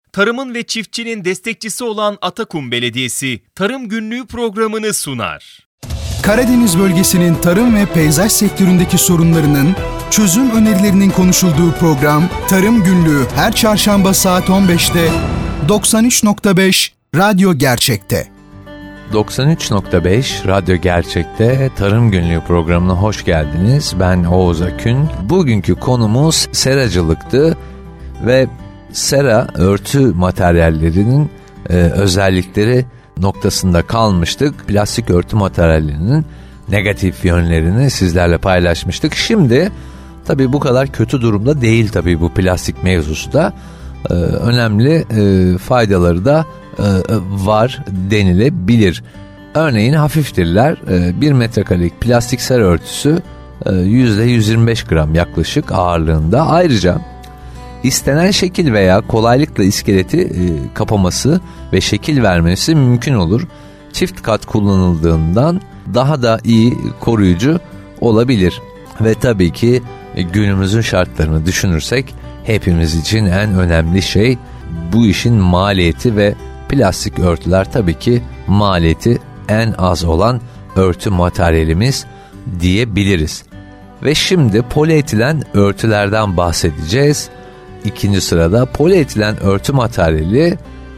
tarımın ve çiftçinin destekçisi olan Atakum Belediyesi Tarım Günlüğü programını sunar. Karadeniz bölgesinin tarım ve peyzaj sektöründeki sorunlarının, çözüm önerilerinin konuşulduğu program Tarım Günlüğü her çarşamba saat 15'te 93.5 Radyo Gerçek'te. 93.5 Radyo Gerçek'te Tarım Günlüğü programına hoş geldiniz. Ben Oğuz Akün. Bugünkü konumuz seracılıktı ve sera örtü materyallerinin özellikleri noktasında kalmıştık. Plastik örtü materyallerinin negatif yönlerini sizlerle paylaşmıştık. Şimdi tabii bu kadar kötü durumda değil tabii bu plastik mevzusu da. Önemli faydaları da var denilebilir. Örneğin hafiftirler. 1 metrekarelik plastik sera örtüsü %125 gram yaklaşık ağırlığında. Ayrıca istenen şekil veya kolaylıkla iskeleti kapaması ve şekil vermesi mümkün olur. Çift kat kullanıldığından daha da iyi koruyucu olabilir. Ve tabii ki günümüzün şartlarını düşünürsek hepimiz için en önemli şey bu işin maliyeti ve plastik örtüler tabii ki maliyeti en az olan örtü materyalimiz diyebiliriz. Ve şimdi polietilen örtülerden bahsedeceğiz. İkinci sırada polietilen örtü materyali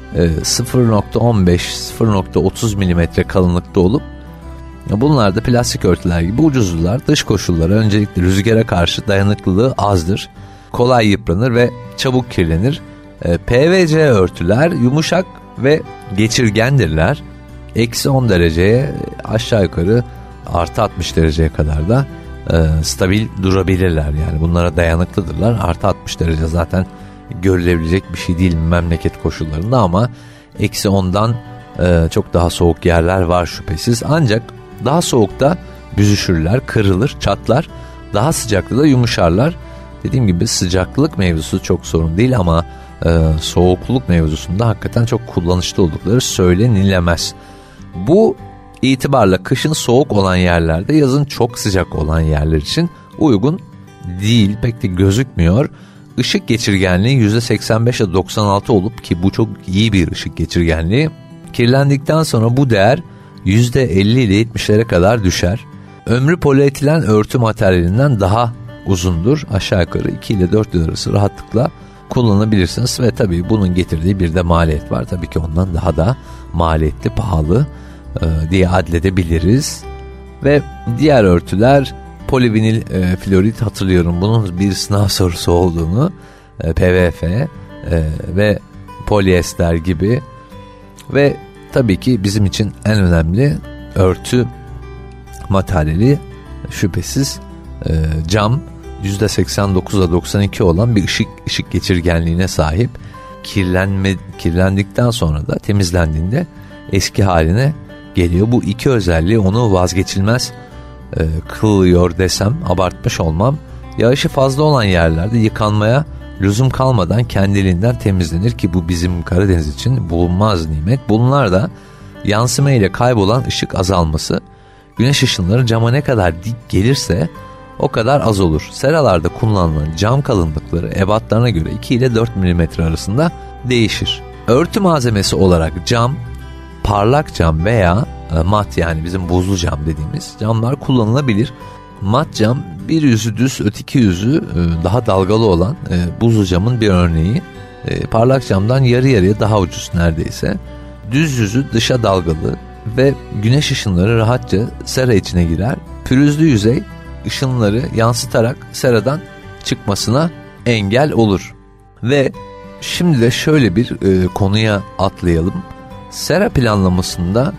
0.15-0.30 mm kalınlıkta olup bunlar da plastik örtüler gibi ucuzlar. Dış koşullara öncelikle rüzgara karşı dayanıklılığı azdır. Kolay yıpranır ve çabuk kirlenir. PVC örtüler yumuşak ve geçirgendirler. Eksi 10 dereceye aşağı yukarı artı 60 dereceye kadar da stabil durabilirler. Yani bunlara dayanıklıdırlar. Artı 60 derece zaten görülebilecek bir şey değil memleket koşullarında ama eksi 10'dan çok daha soğuk yerler var şüphesiz. Ancak daha soğukta büzüşürler, kırılır, çatlar. Daha sıcakta da yumuşarlar. Dediğim gibi sıcaklık mevzusu çok sorun değil ama soğukluk mevzusunda hakikaten çok kullanışlı oldukları söylenilemez. Bu itibarla kışın soğuk olan yerlerde yazın çok sıcak olan yerler için uygun değil, pek de gözükmüyor. Işık geçirgenliği %85'e 96 olup ki bu çok iyi bir ışık geçirgenliği. Kirlendikten sonra bu değer %50 ile 70'lere kadar düşer. Ömrü polietilen örtü materyalinden daha uzundur. Aşağı yukarı 2 ile 4 yıl arası rahatlıkla kullanabilirsiniz ve tabii bunun getirdiği bir de maliyet var. Tabii ki ondan daha da maliyetli, pahalı diye adledebiliriz. Ve diğer örtüler polivinil florit, hatırlıyorum bunun bir sınav sorusu olduğunu, PVF ve polyester gibi. Ve tabii ki bizim için en önemli örtü materyali şüphesiz cam. %89'a 92 olan bir ışık geçirgenliğine sahip. Kirlendikten sonra da temizlendiğinde eski haline geliyor. Bu iki özelliği onu vazgeçilmez kılıyor desem abartmış olmam. Yağışı fazla olan yerlerde yıkanmaya lüzum kalmadan kendiliğinden temizlenir ki bu bizim Karadeniz için bulunmaz nimet. Bunlar da yansıma ile kaybolan ışık azalması. Güneş ışınları cama ne kadar dik gelirse o kadar az olur. Seralarda kullanılan cam kalınlıkları ebatlarına göre 2 ile 4 mm arasında değişir. Örtü malzemesi olarak cam, parlak cam veya mat, yani bizim buzlu cam dediğimiz camlar kullanılabilir. Mat cam bir yüzü düz, öteki yüzü daha dalgalı olan buzlu camın bir örneği. Parlak camdan yarı yarıya daha ucuz neredeyse. Düz yüzü dışa dalgalı ve güneş ışınları rahatça sera içine girer. Pürüzlü yüzey ışınları yansıtarak seradan çıkmasına engel olur. Ve şimdi de şöyle bir konuya atlayalım. Sera planlamasında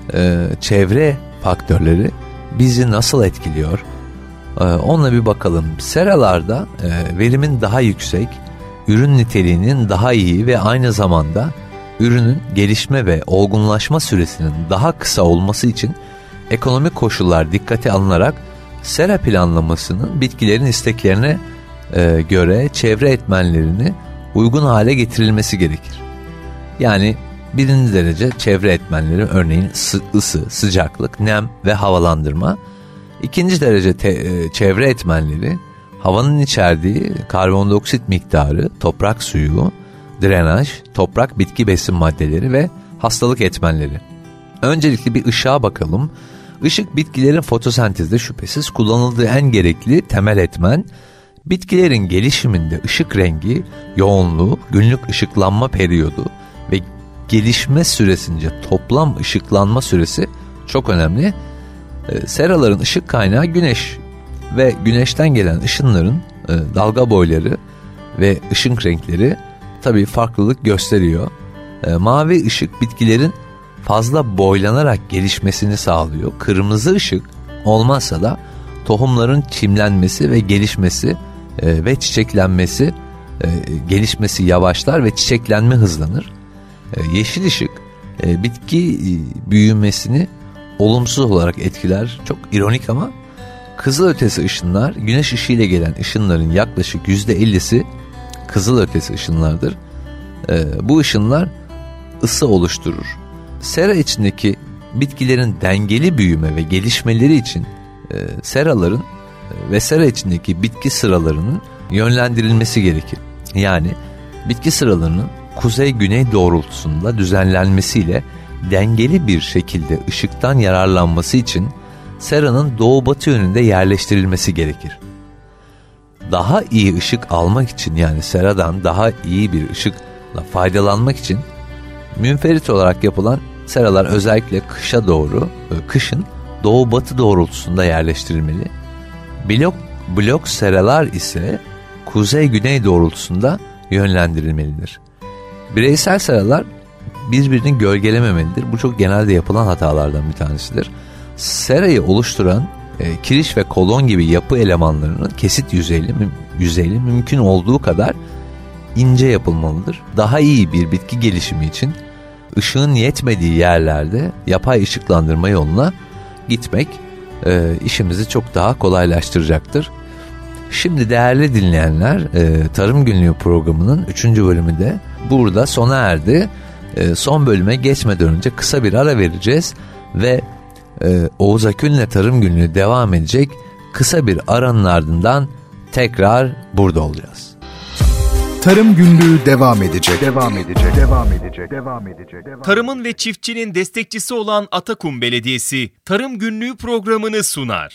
çevre faktörleri bizi nasıl etkiliyor? Onunla bir bakalım. Seralarda verimin daha yüksek, ürün niteliğinin daha iyi ve aynı zamanda ürünün gelişme ve olgunlaşma süresinin daha kısa olması için ekonomik koşullar dikkate alınarak sera planlamasının bitkilerin isteklerine göre çevre etmenlerini uygun hale getirilmesi gerekir. Yani birinci derece çevre etmenleri, örneğin ısı, sıcaklık, nem ve havalandırma. İkinci derece çevre etmenleri, havanın içerdiği karbondioksit miktarı, toprak suyu, drenaj, toprak, bitki besin maddeleri ve hastalık etmenleri. Öncelikle bir ışığa bakalım. Işık bitkilerin fotosentezde şüphesiz kullanıldığı en gerekli temel etmen. Bitkilerin gelişiminde ışık rengi, yoğunluğu, günlük ışıklanma periyodu ve gelişme süresince toplam ışıklanma süresi çok önemli. Seraların ışık kaynağı güneş ve güneşten gelen ışınların dalga boyları ve ışık renkleri tabii farklılık gösteriyor. Mavi ışık bitkilerin fazla boylanarak gelişmesini sağlıyor. Kırmızı ışık olmazsa da tohumların çimlenmesi ve gelişmesi ve çiçeklenmesi, gelişmesi yavaşlar ve çiçeklenme hızlanır. Yeşil ışık bitki büyümesini olumsuz olarak etkiler. Çok ironik ama kızılötesi ışınlar, güneş ışığıyla gelen ışınların yaklaşık %50'si kızılötesi ışınlardır. Bu ışınlar ısı oluşturur. Sera içindeki bitkilerin dengeli büyüme ve gelişmeleri için seraların ve sera içindeki bitki sıralarının yönlendirilmesi gerekir. Yani bitki sıralarının kuzey-güney doğrultusunda düzenlenmesiyle dengeli bir şekilde ışıktan yararlanması için seranın doğu-batı yönünde yerleştirilmesi gerekir. Daha iyi ışık almak için, yani seradan daha iyi bir ışıkla faydalanmak için münferit olarak yapılan seralar özellikle kışa doğru, kışın doğu-batı doğrultusunda yerleştirilmeli. Blok seralar ise kuzey-güney doğrultusunda yönlendirilmelidir. Bireysel seralar birbirini gölgelememelidir. Bu çok genelde yapılan hatalardan bir tanesidir. Serayı oluşturan kiriş ve kolon gibi yapı elemanlarının kesit yüzeyli mümkün olduğu kadar ince yapılmalıdır. Daha iyi bir bitki gelişimi için ışığın yetmediği yerlerde yapay ışıklandırma yoluna gitmek işimizi çok daha kolaylaştıracaktır. Şimdi değerli dinleyenler, Tarım Günlüğü programının 3. bölümü de burada sona erdi. Son bölüme geçmeden önce kısa bir ara vereceğiz ve Oğuz Akün'le Tarım Günlüğü devam edecek. Kısa bir aranın ardından tekrar burada olacağız. Tarım Günlüğü devam edecek. Tarımın ve çiftçinin destekçisi olan Atakum Belediyesi Tarım Günlüğü programını sunar.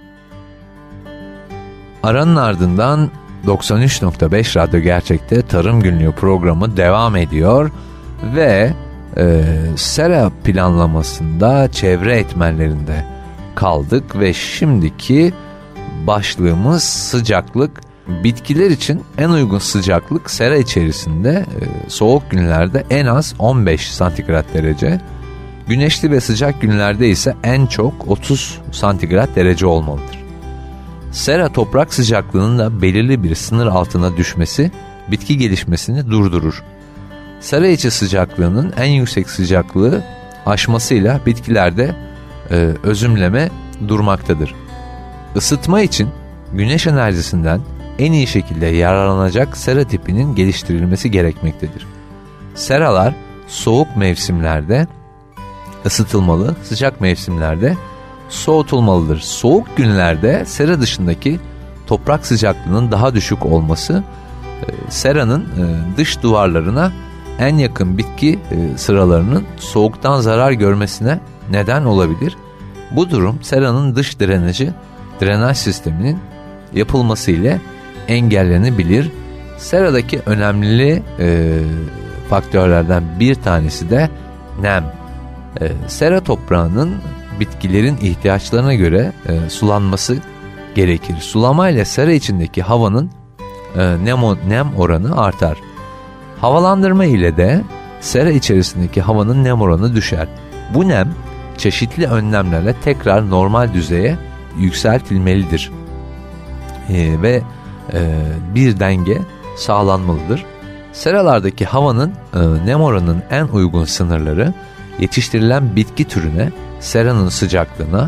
Aranın ardından 93.5 Radyo Gerçek'te Tarım Günlüğü programı devam ediyor ve sera planlamasında çevre etmenlerinde kaldık ve şimdiki başlığımız sıcaklık. Bitkiler için en uygun sıcaklık sera içerisinde soğuk günlerde en az 15 santigrat derece, güneşli ve sıcak günlerde ise en çok 30 santigrat derece olmalıdır. Sera toprak sıcaklığının da belirli bir sınır altına düşmesi bitki gelişmesini durdurur. Sera içi sıcaklığının en yüksek sıcaklığı aşmasıyla bitkilerde özümleme durmaktadır. Isıtma için güneş enerjisinden en iyi şekilde yararlanacak sera tipinin geliştirilmesi gerekmektedir. Seralar soğuk mevsimlerde ısıtılmalı, sıcak mevsimlerde soğutulmalıdır. Soğuk günlerde sera dışındaki toprak sıcaklığının daha düşük olması seranın dış duvarlarına en yakın bitki sıralarının soğuktan zarar görmesine neden olabilir. Bu durum seranın dış drenaj sisteminin yapılması ile engellenebilir. Seradaki önemli faktörlerden bir tanesi de nem. Sera toprağının bitkilerin ihtiyaçlarına göre sulanması gerekir. Sulama ile sera içindeki havanın nem oranı artar. Havalandırma ile de sera içerisindeki havanın nem oranı düşer. Bu nem çeşitli önlemlerle tekrar normal düzeye yükseltilmelidir. Ve bir denge sağlanmalıdır. Seralardaki havanın nem oranının en uygun sınırları yetiştirilen bitki türüne, seranın sıcaklığına,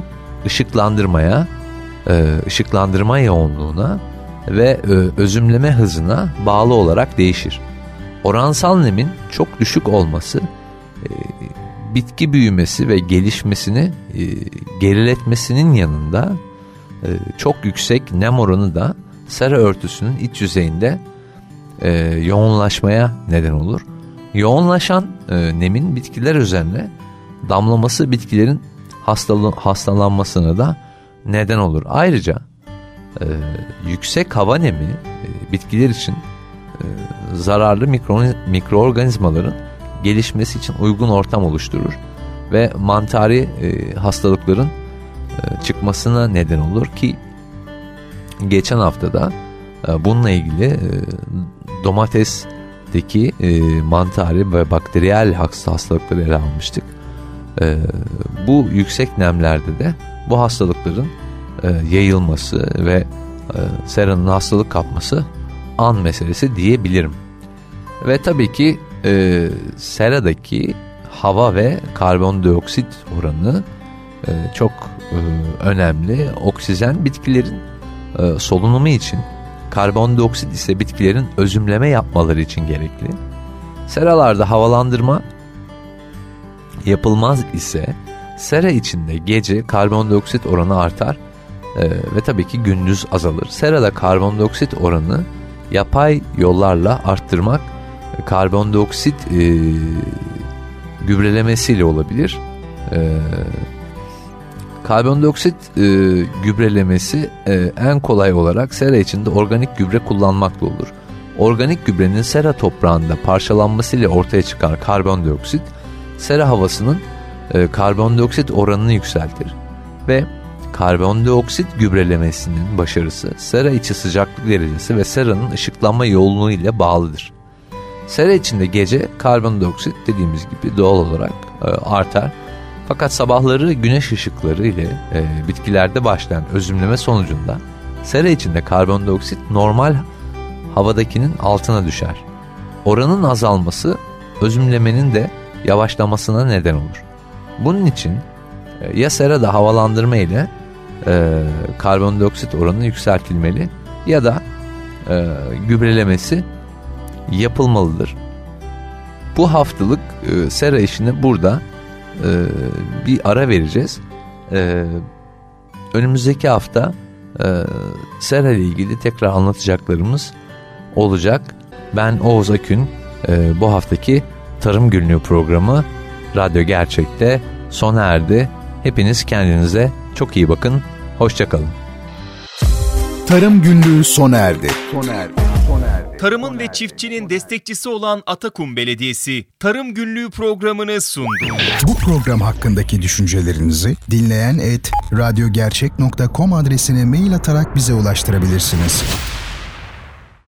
ışıklandırma yoğunluğuna ve özümleme hızına bağlı olarak değişir. Oransal nemin çok düşük olması bitki büyümesi ve gelişmesini geriletmesinin yanında çok yüksek nem oranı da sera örtüsünün iç yüzeyinde yoğunlaşmaya neden olur. Yoğunlaşan nemin bitkiler üzerine damlaması bitkilerin hastalanmasına da neden olur. Ayrıca yüksek hava nemi bitkiler için zararlı mikroorganizmaların gelişmesi için uygun ortam oluşturur ve mantari hastalıkların çıkmasına neden olur ki geçen haftada bununla ilgili domatesteki mantari ve bakteriyel hastalıkları ele almıştık. Bu yüksek nemlerde de bu hastalıkların yayılması ve seranın hastalık kapması an meselesi diyebilirim. Ve tabii ki seradaki hava ve karbondioksit oranı çok önemli. Oksijen bitkilerin solunumu için, karbondioksit ise bitkilerin özümleme yapmaları için gerekli. Seralarda havalandırma yapılmaz ise sera içinde gece karbondioksit oranı artar ve tabii ki gündüz azalır. Serada karbondioksit oranı yapay yollarla arttırmak karbondioksit gübrelemesiyle olabilir. Karbondioksit gübrelemesi en kolay olarak sera içinde organik gübre kullanmakla olur. Organik gübrenin sera toprağında parçalanmasıyla ortaya çıkan karbondioksit sera havasının karbondioksit oranını yükseltir ve karbondioksit gübrelemesinin başarısı sera içi sıcaklık derecesi ve seranın ışıklanma yoğunluğu ile bağlıdır. Sera içinde gece karbondioksit dediğimiz gibi doğal olarak artar. Fakat sabahları güneş ışıkları ile bitkilerde başlayan özümleme sonucunda sera içinde karbondioksit normal havadakinin altına düşer. Oranın azalması özümlemenin de yavaşlamasına neden olur. Bunun için ya serada havalandırma ile karbondioksit oranı yükseltilmeli ya da gübrelemesi yapılmalıdır. Bu haftalık sera işini burada bir ara vereceğiz. Önümüzdeki hafta sera ile ilgili tekrar anlatacaklarımız olacak. Ben Oğuz Akün. Bu haftaki Tarım Günlüğü programı Radyo Gerçek'te sona erdi. Hepiniz kendinize çok iyi bakın. Hoşça kalın. Tarım Günlüğü sona erdi. Tarımın ve çiftçinin destekçisi olan Atakum Belediyesi Tarım Günlüğü programını sundu. Bu program hakkındaki düşüncelerinizi dinleyen @radyogercek.com adresine mail atarak bize ulaştırabilirsiniz.